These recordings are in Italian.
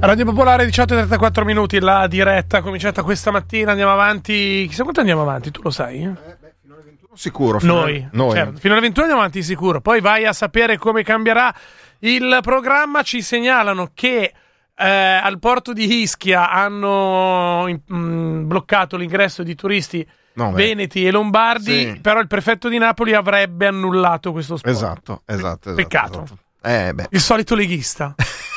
Radio Popolare 18:34 minuti, la diretta cominciata questa mattina, andiamo avanti, chissà quanto andiamo avanti, tu lo sai? Fino alle 21 sicuro. Noi. Certo, fino alle 21 andiamo avanti sicuro, poi vai a sapere come cambierà il programma. Ci segnalano che al porto di Ischia hanno bloccato l'ingresso di turisti veneti e lombardi, sì. Però il prefetto di Napoli avrebbe annullato questo sport. Esatto. Peccato. Il solito leghista.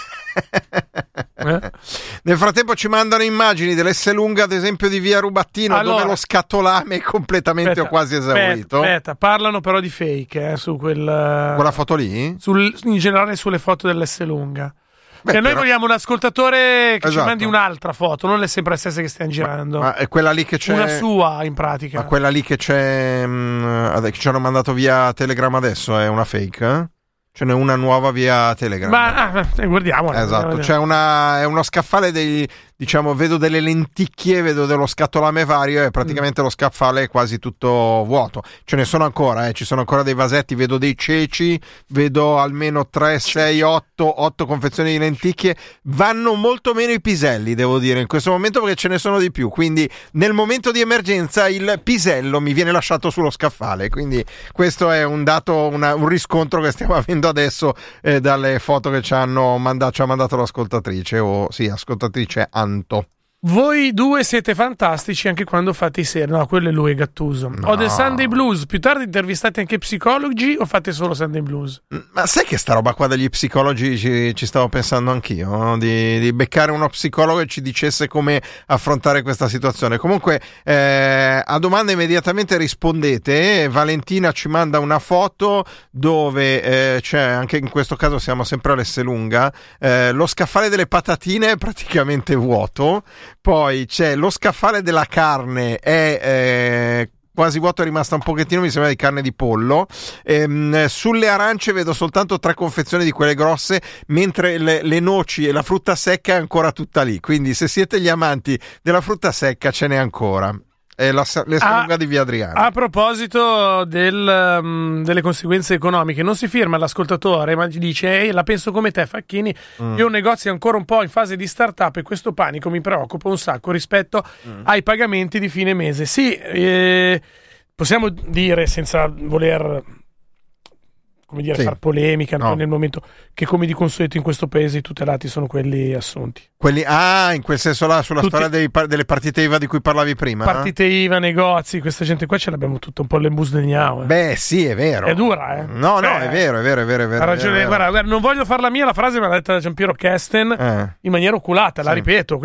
Nel frattempo ci mandano immagini dell'Esselunga, ad esempio di via Rubattino, dove lo scatolame è completamente o quasi esaurito. Aspetta, parlano però di fake su quella foto lì? In generale sulle foto dell'Esselunga. Noi vogliamo un ascoltatore che ci mandi un'altra foto, non è sempre la stessa che stiamo girando. Ma è quella lì che c'è. Una sua, in pratica. Ma quella lì che c'è, che ci hanno mandato via Telegram adesso, è una fake? Eh? Ce n'è una nuova via Telegram. Ma guardiamola. Esatto, c'è è uno scaffale vedo delle lenticchie, vedo dello scatolame vario e praticamente lo scaffale è quasi tutto vuoto. Ce ne sono ancora, ci sono ancora dei vasetti, vedo dei ceci, vedo almeno 3, 6, 8 confezioni di lenticchie. Vanno molto meno i piselli, devo dire, in questo momento, perché ce ne sono di più. Quindi nel momento di emergenza il pisello mi viene lasciato sullo scaffale. Quindi questo è un dato, un riscontro che stiamo avendo adesso dalle foto che ci ha mandato l'ascoltatrice, ascoltatrice Anto. Voi due siete fantastici anche quando fate i seri. No, quello è lui, Gattuso. Ho del Sunday Blues. Più tardi intervistate anche psicologi o fate solo Sunday Blues? Ma sai che sta roba qua degli psicologi ci stavo pensando anch'io, no? Di beccare uno psicologo e ci dicesse come affrontare questa situazione. Comunque a domanda immediatamente rispondete. Valentina ci manda una foto dove c'è, anche in questo caso siamo sempre all'Esselunga, lo scaffale delle patatine è praticamente vuoto. Poi c'è lo scaffale della carne, è quasi vuoto, è rimasta un pochettino, mi sembra, di carne di pollo. Sulle arance vedo soltanto 3 confezioni di quelle grosse, mentre le noci e la frutta secca è ancora tutta lì. Quindi se siete gli amanti della frutta secca ce n'è ancora. È l'Esselunga di via Adriano. A proposito delle conseguenze economiche, non si firma l'ascoltatore, ma dice: la penso come te, Facchini. Io ho un negozio ancora un po' in fase di startup e questo panico mi preoccupa un sacco rispetto ai pagamenti di fine mese. Sì, possiamo dire, senza voler far polemica nel momento, che come di consueto in questo paese i tutelati sono quelli assunti. In quel senso là, sulla storia delle partite IVA di cui parlavi prima. Partite IVA, negozi, questa gente qua ce l'abbiamo tutta un po' l'embus del gnao. Beh, sì, è vero. È dura, No, è vero. Ha ragione, guarda, non voglio farla mia, la frase me l'ha detta Giampiero Kesten in maniera oculata, la ripeto,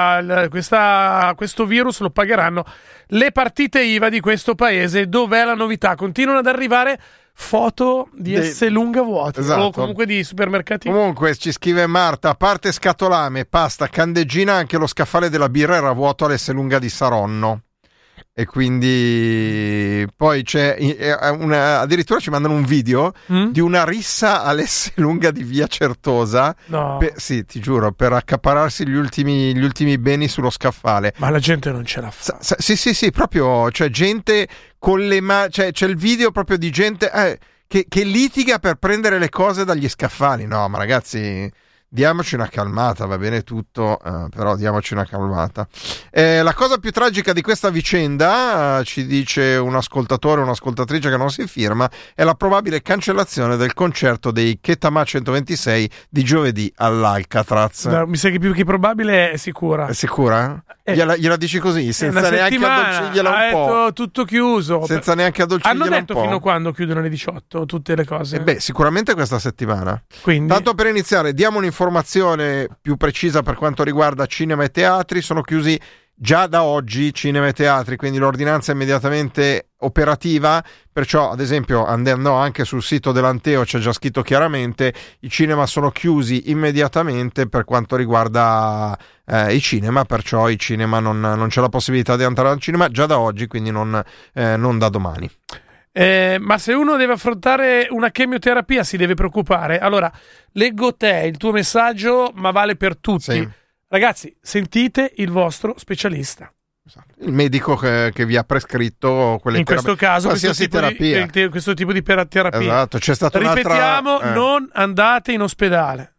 questo virus lo pagheranno le partite IVA di questo paese. Dov'è la novità? Continuano ad arrivare foto di Esselunga vuote, o comunque di supermercati. Comunque ci scrive Marta: a parte scatolame, pasta, candeggina, anche lo scaffale della birra era vuoto all'Esselunga di Saronno. E quindi poi c'è addirittura ci mandano un video di una rissa all'Esselunga di via Certosa. Sì, ti giuro, per accaparrarsi gli ultimi beni sullo scaffale. Ma la gente non ce la fa. Sì, proprio, cioè gente con le mani, c'è il video proprio di gente che litiga per prendere le cose dagli scaffali. No, ma ragazzi, diamoci una calmata, va bene tutto, però diamoci una calmata. La cosa più tragica di questa vicenda, ci dice un ascoltatore o un'ascoltatrice che non si firma, è la probabile cancellazione del concerto dei Ketama 126 di giovedì all'Alcatraz. No, mi sa che più che probabile è sicura. È sicura? Gliela dici così, senza neanche addolcirgliela un po'? Tutto chiuso. Senza neanche addolcirgliela un po'. Hanno detto fino a quando chiudono alle 18 tutte le cose? Sicuramente questa settimana. Quindi, tanto per iniziare, diamo un'informazione più precisa per quanto riguarda cinema e teatri. Sono chiusi già da oggi cinema e teatri, quindi l'ordinanza è immediatamente operativa, perciò ad esempio andando anche sul sito dell'Anteo c'è già scritto chiaramente: i cinema sono chiusi immediatamente per quanto riguarda i cinema, perciò i cinema non c'è la possibilità di entrare al cinema già da oggi, quindi non da domani. Ma se uno deve affrontare una chemioterapia si deve preoccupare. Allora, leggo il tuo messaggio, ma vale per tutti. Sì. Ragazzi, sentite il vostro specialista. Il medico che vi ha prescritto quelle in questo caso qualsiasi terapia. Questo tipo di terapia. Esatto, c'è stata ripetiamo, non andate in ospedale.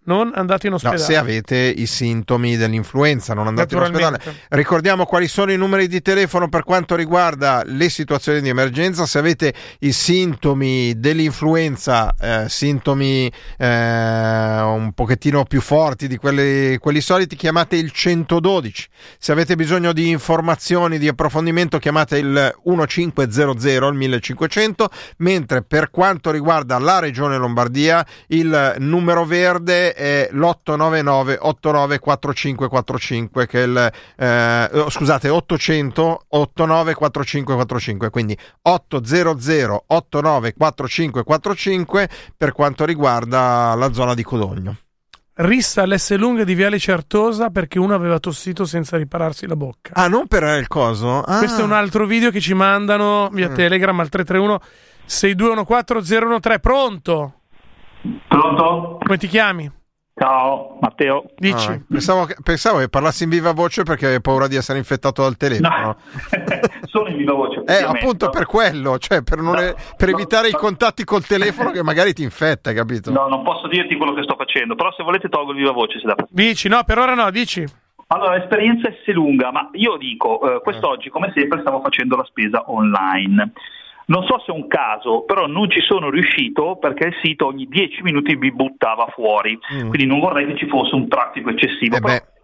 non andate in ospedale. No, se avete i sintomi dell'influenza, non andate in ospedale. Ricordiamo quali sono i numeri di telefono per quanto riguarda le situazioni di emergenza. Se avete i sintomi dell'influenza, sintomi un pochettino più forti di quelli soliti, chiamate il 112. Se avete bisogno di informazioni, di approfondimento, chiamate il 1500, il 1500, mentre per quanto riguarda la regione Lombardia il numero verde è l'899 89 4545, che è il 800 89 4545, quindi 800 89 4545 per quanto riguarda la zona di Codogno. Rissa all'S lunga di Viale Certosa perché uno aveva tossito senza ripararsi la bocca. Ah, non per il coso? Ah. Questo è un altro video che ci mandano via Telegram al 331 6214 013. Pronto? Pronto? Come ti chiami? Ciao, Matteo. Dici? Pensavo che parlassi in viva voce perché avevi paura di essere infettato dal telefono. No. Sono in viva voce. Appunto per quello, cioè per evitare i contatti col telefono che magari ti infetta, capito? No, non posso dirti quello che sto facendo, però se volete tolgo il viva voce. Se da... Dici, no, per ora no, dici. Allora, l'esperienza è lunga, ma io dico, quest'oggi come sempre stavo facendo la spesa online. Non so se è un caso, però non ci sono riuscito perché il sito ogni 10 minuti mi buttava fuori, quindi non vorrei che ci fosse un traffico eccessivo.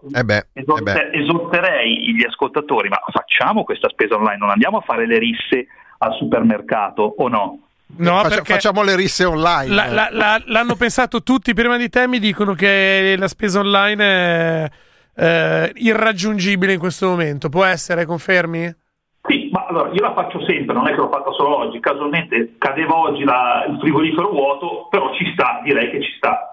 Esorterei gli ascoltatori, ma facciamo questa spesa online, non andiamo a fare le risse al supermercato o no? No, facciamo le risse online. L'hanno pensato tutti prima di te, mi dicono che la spesa online è irraggiungibile in questo momento. Può essere, confermi? Sì, ma allora io la faccio sempre, non è che l'ho fatta solo oggi, casualmente cadeva oggi il frigorifero vuoto, però ci sta, direi che ci sta.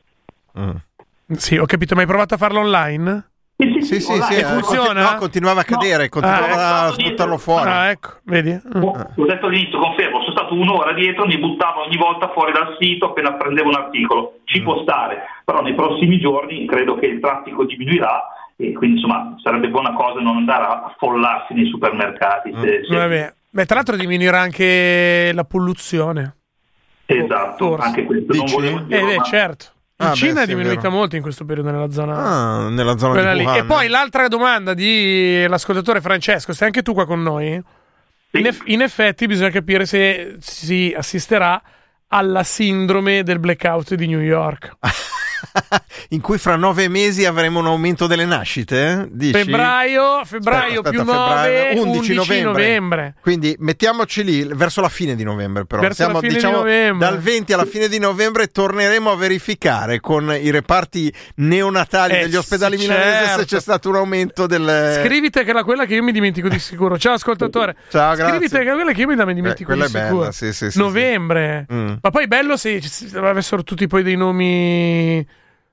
Sì, ho capito, ma hai provato a farlo online? Sì, e funziona? No, continuava a cadere, continuava a sbuttarlo fuori. Ah, ecco, vedi? Ho detto all'inizio, confermo, sono stato un'ora dietro, mi buttavo ogni volta fuori dal sito appena prendevo un articolo. Ci può stare, però nei prossimi giorni credo che il traffico diminuirà e quindi insomma sarebbe buona cosa non andare a affollarsi nei supermercati. Vabbè. Beh, tra l'altro diminuirà anche la polluzione. Esatto, anche questo. Dici? Non volevo dirlo, certo. In Cina è diminuita molto in questo periodo nella zona di Wuhan. Lì. E poi l'altra domanda dell'ascoltatore Francesco, sei anche tu qua con noi? Sì. In effetti bisogna capire se si assisterà alla sindrome del blackout di New York. In cui fra 9 mesi avremo un aumento delle nascite? Dici? Febbraio più 9, 11 novembre. Quindi mettiamoci lì verso la fine di novembre, però verso la fine di novembre. Dal 20 alla fine di novembre torneremo a verificare con i reparti neonatali degli ospedali milanesi se c'è stato un aumento del... Scrivite che era quella che io mi dimentico di sicuro. Ciao ascoltatore. Ciao, grazie. Scrivite che è quella che io mi dimentico di sicuro. Bella, sì, novembre. Ma poi bello se avessero tutti poi dei nomi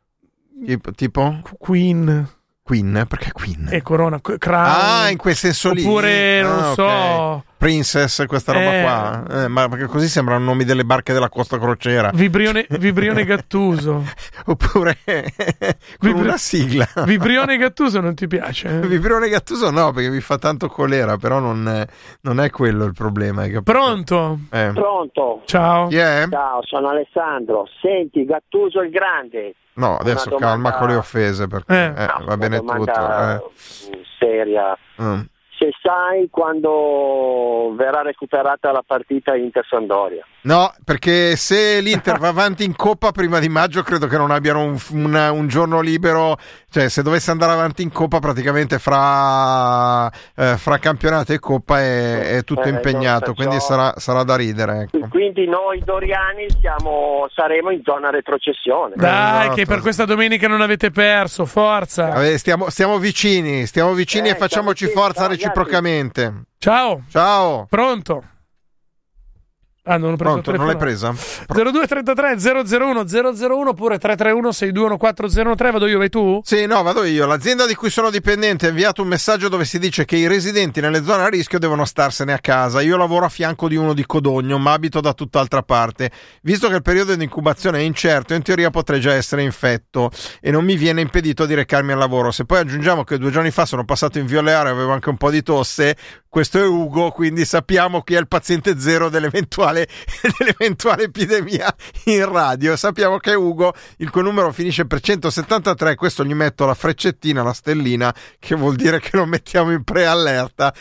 tipo? Queen, perché Queen? E Corona, Crown. In quel senso lì. Oppure non so, okay. Princess, questa roba qua. Ma perché così sembrano nomi delle barche della Costa Crociera. Vibrione Gattuso. Oppure con una sigla. Vibrione Gattuso non ti piace? Vibrione Gattuso no, perché mi fa tanto colera, però non è quello il problema. Pronto? Pronto. Ciao. Ciao, sono Alessandro. Senti, Gattuso il grande. No, adesso calma con le offese perché va bene tutto. Seria. Se sai quando verrà recuperata la partita Inter-Sampdoria? No, perché se l'Inter va avanti in Coppa prima di maggio credo che non abbiano un giorno libero, cioè se dovesse andare avanti in Coppa praticamente fra campionato e Coppa è tutto impegnato, quindi sarà da ridere. Ecco. Quindi noi doriani saremo in zona retrocessione. Dai, che per questa domenica non avete perso, forza! Stiamo vicini e facciamoci forza reciprocamente. Ciao! Pronto? Non ho preso il telefono. Non l'hai presa? 0233 001 001 oppure 331 621 4013. Vado io, vai tu? Sì, no, vado io. L'azienda di cui sono dipendente ha inviato un messaggio dove si dice che i residenti nelle zone a rischio devono starsene a casa. Io lavoro a fianco di uno di Codogno, ma abito da tutt'altra parte. Visto che il periodo di incubazione è incerto, in teoria potrei già essere infetto e non mi viene impedito di recarmi al lavoro. Se poi aggiungiamo che 2 giorni fa sono passato in Violeare e avevo anche un po' di tosse, questo è Ugo, quindi sappiamo chi è il paziente zero dell'eventuale dell'eventuale epidemia in radio. Sappiamo che Ugo, il cui numero finisce per 173, questo gli metto la freccettina, la stellina, che vuol dire che lo mettiamo in preallerta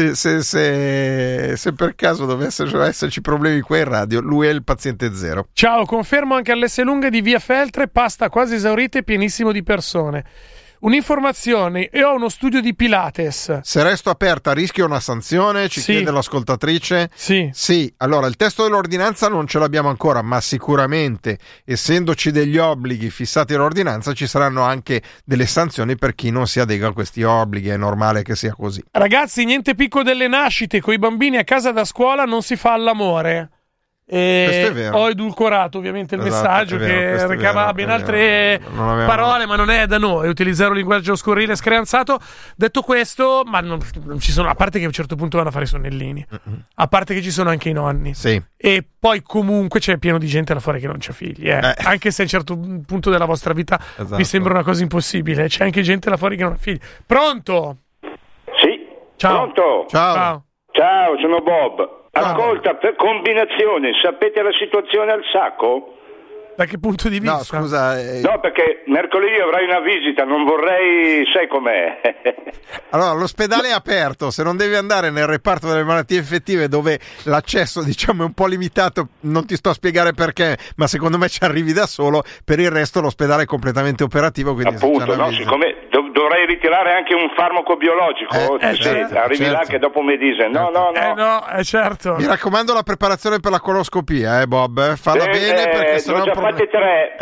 se per caso dovessero esserci problemi qua in radio. Lui è il paziente zero. Ciao, confermo anche all'S lunga di via Feltre, pasta quasi esaurita e pienissimo di persone. Un'informazione, io ho uno studio di Pilates. Se resto aperta rischio una sanzione? Ci Sì. chiede l'ascoltatrice. Sì. Allora il testo dell'ordinanza non ce l'abbiamo ancora, ma sicuramente, essendoci degli obblighi fissati dall'ordinanza, ci saranno anche delle sanzioni per chi non si adegua a questi obblighi. È normale che sia così. Ragazzi, niente picco delle nascite, coi bambini a casa da scuola non si fa all'amore. Questo è vero. Ho edulcorato ovviamente il Esatto, messaggio è vero, che questo è recava vero, ben è altre vero. Non avevamo- parole, ma non è da noi utilizzare un linguaggio scurrile e screanzato. Detto questo, ma non ci sono, a parte che a un certo punto vanno a fare i sonnellini, a parte che ci sono anche i nonni, Sì. e poi comunque c'è pieno di gente là fuori che non c'ha figli, anche se a un certo punto della vostra vita Esatto. vi sembra una cosa impossibile, c'è anche gente là fuori che non ha figli. Pronto? Sì, Ciao. pronto? Ciao. Ciao, sono Bob. Ascolta, per combinazione, sapete la situazione al Sacco? Da che punto di vista? No, scusa. No, perché mercoledì avrai una visita, non vorrei, sai com'è. Allora, l'ospedale è aperto, se non devi andare nel reparto delle malattie infettive dove l'accesso, diciamo, è un po' limitato, non ti sto a spiegare perché, ma secondo me ci arrivi da solo. Per il resto l'ospedale è completamente operativo, quindi se c'è Appunto, una no, visita- siccome dovrei ritirare anche un farmaco biologico, sì, certo, arrivi là certo. che dopo mi dice no. Certo. Mi raccomando la preparazione per la coloscopia, Bob, falla bene perché ne sennò ho è già un problema. fatte 3.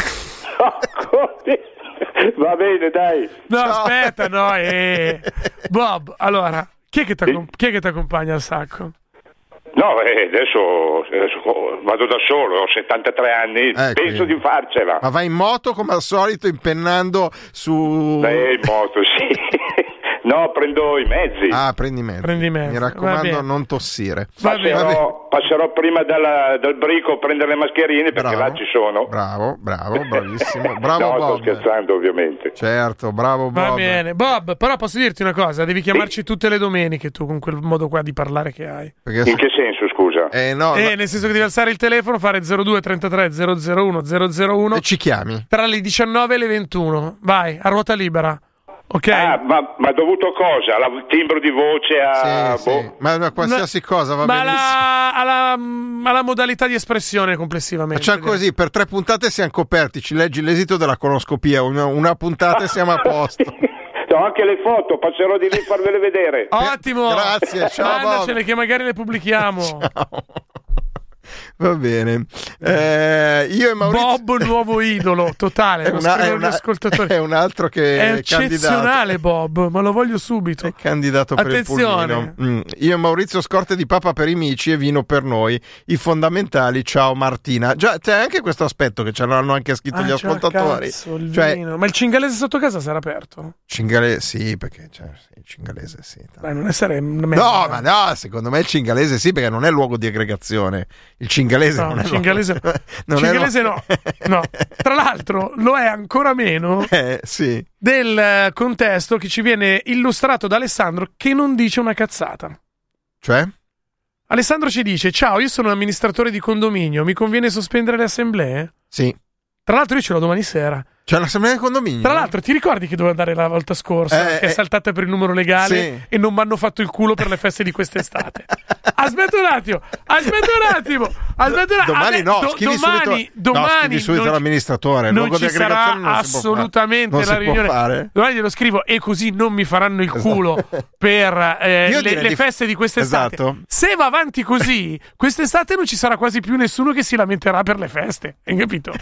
Esatto. Va bene, dai. No, Ciao. aspetta, no. Bob, allora, chi è che ti accompagna al Sacco? No, adesso vado da solo, ho 73 anni, penso quindi. di farcela. Ma vai in moto come al solito, impennando su... In moto, sì. No, prendo i mezzi. Ah, prendi i mezzi. Mi Va raccomando, bene. non tossire. Va bene. Passerò prima dal brico a prendere le mascherine perché Bravo. là ci sono. Bravo, bravissimo. Bravo No, sto Bob. scherzando ovviamente. Certo, bravo Bob. Va bene. Bob, però posso dirti una cosa, devi chiamarci tutte le domeniche tu con quel modo qua di parlare che hai. Perché In che senso, scusa? no, Nel senso che devi alzare il telefono, fare 02 33 001 001 e ci chiami. tra le 19 e le 21. Vai, a ruota libera. Ok? Ma dovuto cosa? Al timbro di voce? Sì. Ma qualsiasi cosa va ma benissimo. alla modalità di espressione complessivamente. Facciamo così, per 3 puntate siamo coperti, ci leggi l'esito della coloscopia, una puntata e siamo a posto. Ho anche le foto, passerò di lì a farvele vedere. Ottimo. Grazie, ciao Bob. Mandacele che magari le pubblichiamo. Ciao. Va bene. Io e Maurizio... Bob, nuovo idolo totale. Lo scrivono gli ascoltatori. È un altro che È è candidato. eccezionale Bob, ma lo voglio subito. È candidato per Attenzione. il pulmino. Io e Maurizio, scorte di papa per i mici e vino per noi. I fondamentali, ciao Martina. Già, c'è anche questo aspetto che ce l'hanno anche scritto gli ascoltatori. Cazzo, il Cioè, vino. Ma il cingalese sotto casa sarà aperto? Cingalese, sì, perché il cingalese sì. Dai, non essere No, ma no, secondo me il cingalese sì, perché non è luogo di aggregazione. Il cingalese non è cingalese, non cingalese è no. Tra l'altro lo è ancora meno sì. del contesto che ci viene illustrato da Alessandro, che non dice una cazzata. Cioè? Alessandro ci dice: ciao, io sono amministratore di condominio, mi conviene sospendere le assemblee? Sì. Tra l'altro io ce l'ho domani sera. C'è l'assemblea del condominio? Tra l'altro ti ricordi che dovevo andare la volta scorsa, che è saltata per il numero legale, sì. e non mi hanno fatto il culo per le feste di quest'estate? Aspetta un attimo. Domani no, scrivi subito non, all'amministratore. non ci sarà assolutamente la riunione. Domani glielo scrivo e così non mi faranno il culo per le feste di quest'estate. Esatto. Se va avanti così, quest'estate non ci sarà quasi più nessuno che si lamenterà per le feste. Hai capito?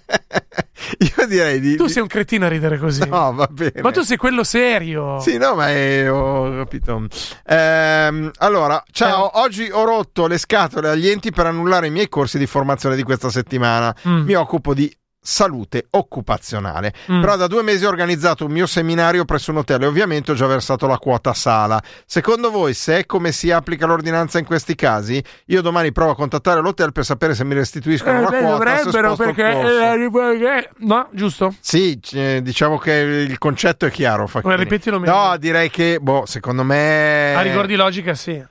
Io direi Tu sei un cretino a ridere così. No, va bene. Ma tu sei quello serio. Sì, no, ma ho capito. Allora, ciao, oggi ho rotto le scatole agli enti per annullare i miei corsi di formazione di questa settimana. Mi occupo di salute occupazionale. Però da 2 mesi ho organizzato un mio seminario presso un hotel e ovviamente ho già versato la quota sala. Secondo voi, se è come si applica l'ordinanza in questi casi? Io domani provo a contattare l'hotel per sapere se mi restituiscono la quota. Dovrebbero, perché no, giusto? Sì, diciamo che il concetto è chiaro. Ripetilo meglio. No, direi che, secondo me... A rigor di logica, sì.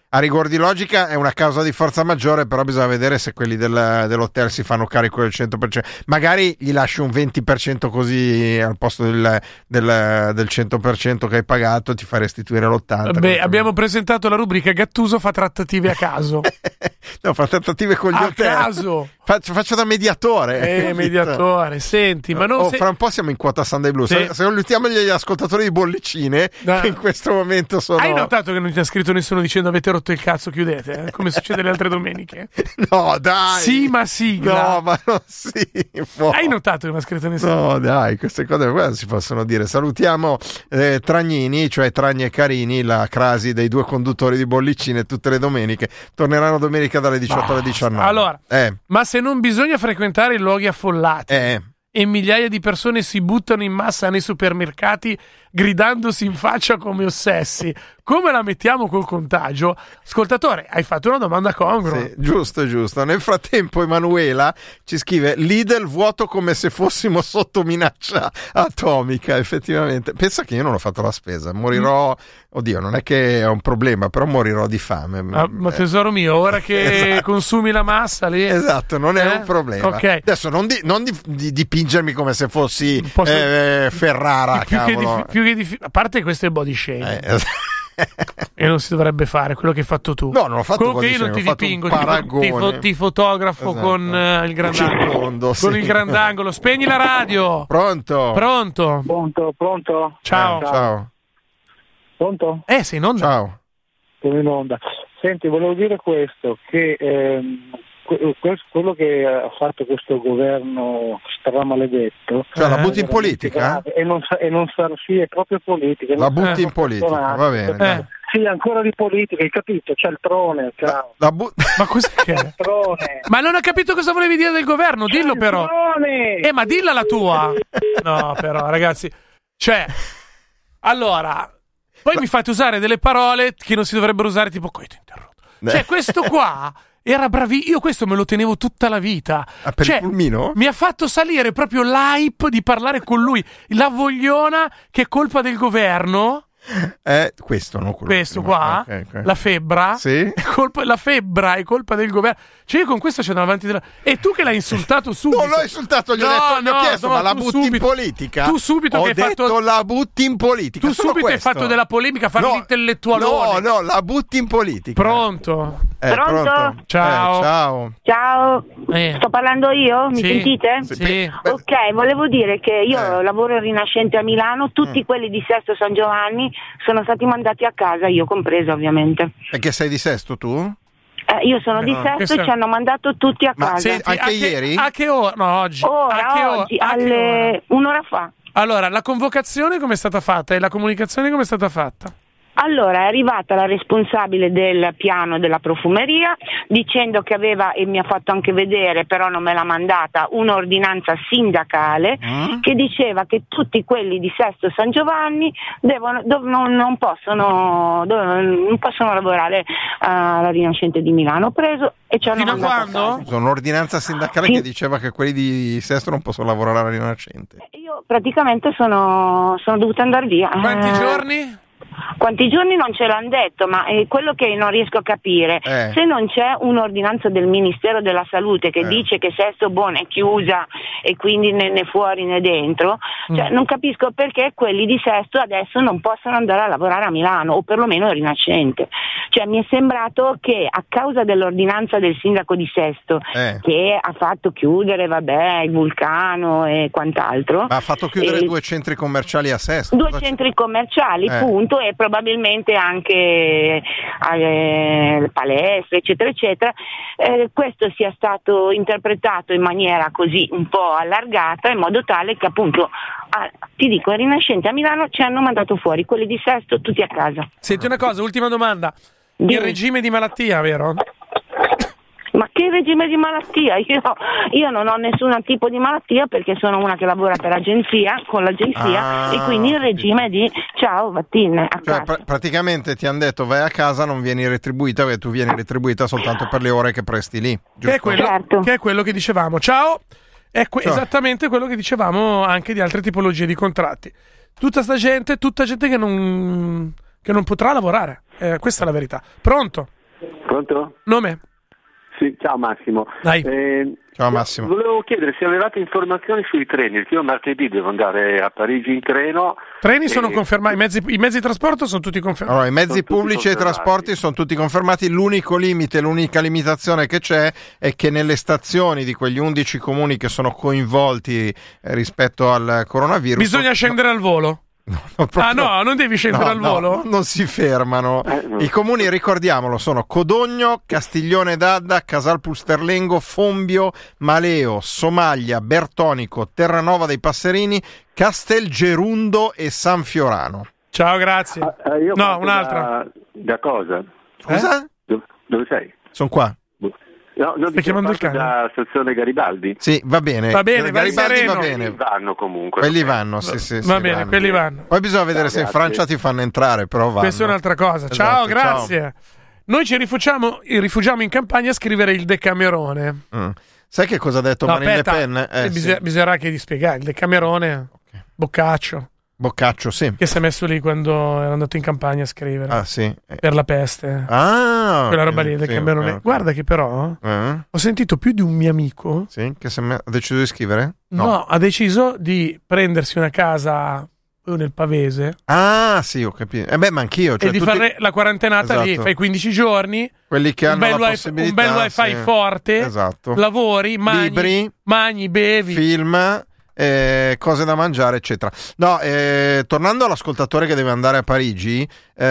A rigor di logica è una causa di forza maggiore, però bisogna vedere se quelli dell'hotel si fanno carico del 100%. Magari gli lasci un 20% così al posto del 100% che hai pagato, ti fa restituire l'80%. Beh, abbiamo presentato la rubrica Gattuso fa trattative a caso. No, fa trattative con gli hotel. A caso. Faccio da mediatore. Mediatore, senti, ma non fra un po' siamo in quota Sunday Blues. Sì. Se aiutiamo gli ascoltatori di bollicine, che in questo momento sono... Hai notato che non ti ha scritto nessuno dicendo avete rotto il cazzo, chiudete, come succede le altre domeniche? No, dai! Sì, ma sigla! No, ma non si può. Hai notato che non ha scritto nessuno? No, dai, queste cose qua si possono dire. Salutiamo Tragnini, cioè Tragni e Carini, la crasi dei due conduttori di bollicine tutte le domeniche. Torneranno domenica dalle 18 alle 19. Allora, ma se non bisogna frequentare i luoghi affollati e migliaia di persone si buttano in massa nei supermercati gridandosi in faccia come ossessi, come la mettiamo col contagio? Ascoltatore, hai fatto una domanda congrua. Sì, giusto. Nel frattempo Emanuela ci scrive: Lidl vuoto come se fossimo sotto minaccia atomica. Effettivamente, pensa che io non ho fatto la spesa, morirò. Oddio, non è che è un problema, però morirò di fame. Ma tesoro mio, ora che esatto. Consumi la massa lì, esatto, non è un problema. Okay. Adesso non dipingermi come se fossi Ferrara, cavolo. A parte questo è body shaming. E non si dovrebbe fare quello che hai fatto tu. No, non ho fatto quello che io non ti dipingo, ti fotografo, esatto, con il grandangolo. Con il grandangolo. Spegni la radio. Pronto. Ciao. Pronto? Sei in onda. Ciao. Sono in onda. Senti, volevo dire questo, che quello che ha fatto questo governo stramaledetto, cioè la butti in politica? E non sì, è proprio politica. La butti in politica, va bene. Sì, ancora di politica, hai capito? C'è il trone, ciao. Ma cos'è che è? Trone. Ma non ho capito cosa volevi dire del governo, dillo però. Trone. Ma dilla la tua. No, però, ragazzi. Cioè, allora, poi mi fate usare delle parole che non si dovrebbero usare, tipo coito interrotto. Cioè, questo qua era bravissimo. Io questo me lo tenevo tutta la vita. Per il pulmino? Mi ha fatto salire proprio l'hype di parlare con lui. La vogliona che è colpa del governo. Questo, no? Questo qua, okay. La febbra, sì? La febbra è colpa del governo. Cioè io con questo c'è davanti e tu che l'hai insultato subito. Non l'ho insultato, gli ho chiesto, ma la butti in politica? Tu subito che hai fatto la butti in politica. Tu subito hai fatto della polemica, fare l'intellettualone. No, la butti in politica. Pronto? Pronto? Ciao. Sto parlando io? Mi sentite? Sì. Ok, volevo dire che io lavoro in Rinascente a Milano, tutti quelli di Sesto San Giovanni sono stati mandati a casa, io compreso ovviamente. Perché sei di Sesto tu? Io sono di Sesto e ci hanno mandato tutti a casa. Senti, anche ieri? A che ora? No, oggi. Oggi, un'ora fa. Allora, la convocazione come è stata fatta e la comunicazione come è stata fatta? Allora, è arrivata la responsabile del piano della profumeria dicendo che aveva, e mi ha fatto anche vedere, però non me l'ha mandata, un'ordinanza sindacale che diceva che tutti quelli di Sesto San Giovanni non possono lavorare alla Rinascente di Milano. Preso e ci hanno mandato a casa. Quando? Sono un'ordinanza sindacale che diceva che quelli di Sesto non possono lavorare alla Rinascente. Io praticamente sono dovuta andare via. Quanti giorni? Quanti giorni non ce l'hanno detto, ma è quello che non riesco a capire. Se non c'è un'ordinanza del Ministero della Salute che dice che Sesto è chiusa e quindi né fuori né dentro, cioè, non capisco perché quelli di Sesto adesso non possono andare a lavorare a Milano, o perlomeno a Rinascente. Cioè, mi è sembrato che a causa dell'ordinanza del sindaco di Sesto che ha fatto chiudere il Vulcano e quant'altro, ma ha fatto chiudere 2 centri commerciali a Sesto. 2 centri commerciali, punto, e probabilmente anche alle palestre, eccetera, eccetera. Questo sia stato interpretato in maniera così un po' allargata, in modo tale che appunto, ti dico, Rinascente a Milano ci hanno mandato fuori, quelli di Sesto tutti a casa. Senti una cosa, ultima domanda. Il regime di malattia, vero? Ma che regime di malattia? Io non ho nessun tipo di malattia perché sono una che lavora per con l'agenzia, e quindi il regime di ciao, vattene a casa. Praticamente ti hanno detto vai a casa, non vieni retribuita, perché tu vieni retribuita soltanto per le ore che presti lì. Giusto? Che è quello che dicevamo. Ciao! Esattamente quello che dicevamo anche di altre tipologie di contratti. Tutta gente che non potrà lavorare. Questa è la verità. Pronto? Pronto? Nome? Sì, ciao Massimo. Ciao Massimo. Volevo chiedere se avevate informazioni sui treni, perché io martedì devo andare a Parigi in treno. Treni sono confermati, i mezzi di trasporto sono tutti confermati. Allora, i mezzi pubblici e i trasporti sono tutti confermati, l'unica limitazione che c'è è che nelle stazioni di quegli 11 comuni che sono coinvolti rispetto al coronavirus... Bisogna scendere al volo? No, non devi scendere al volo? Non si fermano. I comuni, ricordiamolo, sono Codogno, Castiglione d'Adda, Casalpulsterlengo, Fombio, Maleo, Somaglia, Bertonico, Terranova dei Passerini, Castelgerundo e San Fiorano. Ciao, grazie. Un'altra. Da cosa? Scusa? Dove sei? Sono qua. No, non stai chiamando il cane? Da stazione Garibaldi? Sì, va bene. Garibaldi va bene. Quelli vanno comunque. Quelli vanno, sì. Va bene, quelli vanno. Poi bisogna vedere se in Francia ti fanno entrare, però vanno. Questa è un'altra cosa. Ciao, grazie. Ciao. Noi ci rifugiamo in campagna a scrivere il Decamerone. Sai che cosa ha detto Marine Le Pen? Bisognerà che gli spiegare. Il Decamerone, Boccaccio, sì. Che si è messo lì quando era andato in campagna a scrivere. Ah, sì. Per la peste. Quella roba lì, del Decamerone. Okay. Guarda che però ho sentito più di un mio amico. Sì, che ha deciso di scrivere? No, ha deciso di prendersi una casa nel Pavese. Ah, sì, ho capito. Ma anch'io. Cioè, e di fare la quarantenata lì, fai 15 giorni. Quelli che hanno la possibilità. Un bel wifi forte. Esatto. Lavori, mangi, bevi. Film. Cose da mangiare, eccetera. No, tornando all'ascoltatore che deve andare a Parigi,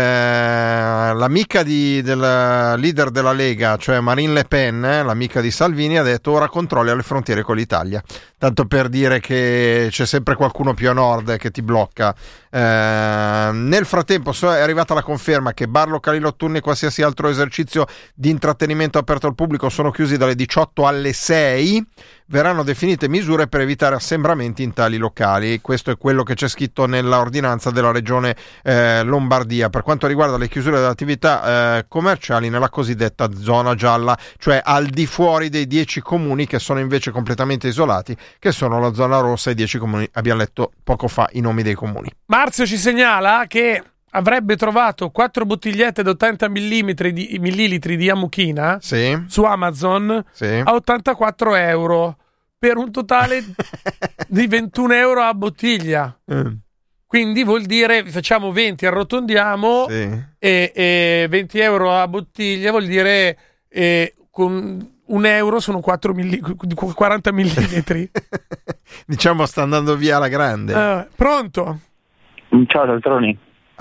l'amica del leader della Lega, cioè Marine Le Pen, l'amica di Salvini, ha detto ora controlli alle frontiere con l'Italia, tanto per dire che c'è sempre qualcuno più a nord che ti blocca. Nel frattempo è arrivata la conferma che bar, locali notturni e qualsiasi altro esercizio di intrattenimento aperto al pubblico sono chiusi dalle 18 alle 6. Verranno definite misure per evitare assembramenti in tali locali. Questo è quello che c'è scritto nella ordinanza della regione Lombardia per quanto riguarda le chiusure delle attività commerciali nella cosiddetta zona gialla, cioè al di fuori dei 10 comuni che sono invece completamente isolati, che sono la zona rossa. I 10 comuni, abbiamo letto poco fa i nomi dei comuni. Marzio ci segnala che avrebbe trovato 4 bottigliette da 80 millilitri di Amuchina su Amazon a 84 euro per un totale di 21 euro a bottiglia. Quindi vuol dire, facciamo 20, arrotondiamo, e 20 euro a bottiglia vuol dire con un euro sono 40 millilitri. Diciamo sta andando via alla grande. Pronto? Ciao Cialtroni.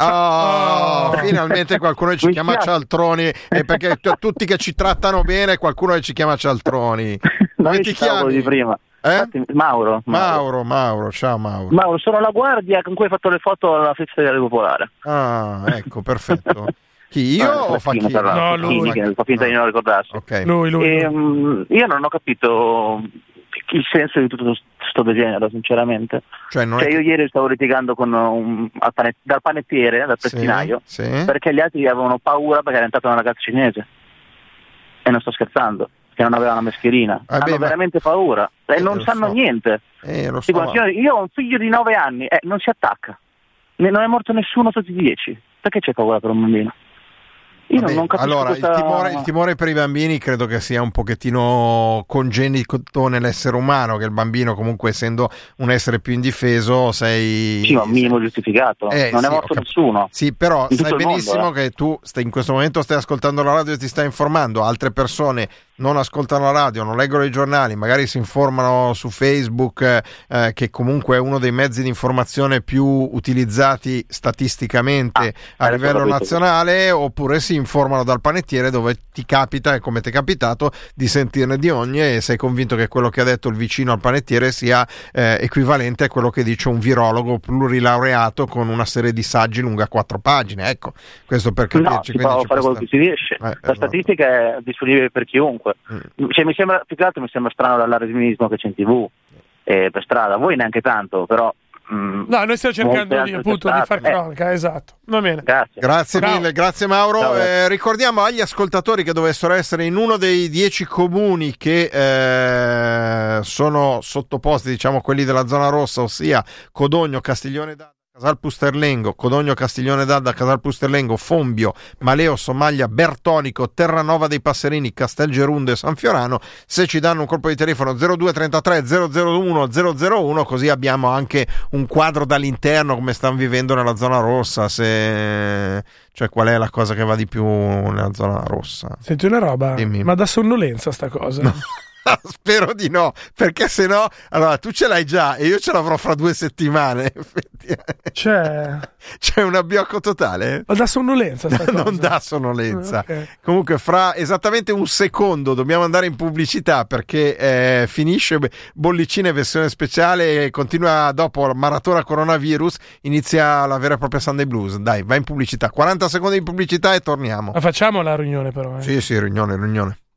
Finalmente qualcuno che ci chiama Cialtroni, e perché tutti che ci trattano bene, qualcuno che ci chiama Cialtroni. Come ti chiami? Di prima. Mauro. Ciao Mauro. Mauro, sono la guardia con cui hai fatto le foto alla festa della Popolare. Ecco, perfetto. Chi, io o fa chi? No, lui. Che fa finta di non ricordarsi. Okay. Lui. Io non ho capito il senso di tutto sto degenero, sinceramente. Cioè io ieri stavo litigando con dal panettiere, dal prestinaio, perché gli altri avevano paura perché era entrata una ragazza cinese. E non sto scherzando, che non aveva una mascherina. Hanno veramente paura e non sanno niente. Lo so, io ho un figlio di 9 anni, non si attacca. Non è morto nessuno sotto i 10. Perché c'è paura per un bambino? Io non capisco. Allora, il timore per i bambini credo che sia un pochettino congenito nell'essere umano, che il bambino comunque, essendo un essere più indifeso, Sì, ma un minimo giustificato. Non è morto nessuno. Sì, però sai benissimo che tu in questo momento stai ascoltando la radio e ti stai informando. Altre persone non ascoltano la radio, non leggono i giornali, magari si informano su Facebook, che comunque è uno dei mezzi di informazione più utilizzati statisticamente a livello nazionale, oppure si informano dal panettiere, dove ti capita, e come ti è capitato, di sentirne di ogni, e sei convinto che quello che ha detto il vicino al panettiere sia equivalente a quello che dice un virologo plurilaureato con una serie di saggi lunga 4 pagine. Ecco, questo per capirci. Si può fare quello che si riesce. La statistica è disponibile per chiunque. Cioè, mi sembra, più che altro mi sembra strano dall'allarmismo che c'è in TV per strada. Voi neanche tanto, però no, noi stiamo cercando di far cronaca, esatto. Va bene. Grazie mille, grazie Mauro. Ricordiamo agli ascoltatori che dovessero essere in uno dei 10 comuni che sono sottoposti, diciamo, quelli della zona rossa, ossia Codogno, Castiglione d'Adda, Casal Pusterlengo, Codogno Castiglione d'Adda, Casal Pusterlengo, Fombio, Maleo, Somaglia, Bertonico, Terranova dei Passerini, Castelgerundo e San Fiorano. Se ci danno un colpo di telefono 0233 001 001, così abbiamo anche un quadro dall'interno come stanno vivendo nella zona rossa, cioè qual è la cosa che va di più nella zona rossa. Senti una roba, dimmi. Ma da sonnolenza sta cosa? No. Spero di no, perché se no, allora tu ce l'hai già e io ce l'avrò fra 2 settimane. C'è un abbiocco totale. Ma da sonnolenza sta cosa? Non da sonnolenza. Okay. Comunque fra esattamente un secondo dobbiamo andare in pubblicità, perché finisce Bollicine versione speciale e continua dopo la maratona coronavirus, inizia la vera e propria Sunday Blues. Dai, vai in pubblicità, 40 secondi di pubblicità e torniamo. Ma facciamo la riunione però. Sì, riunione.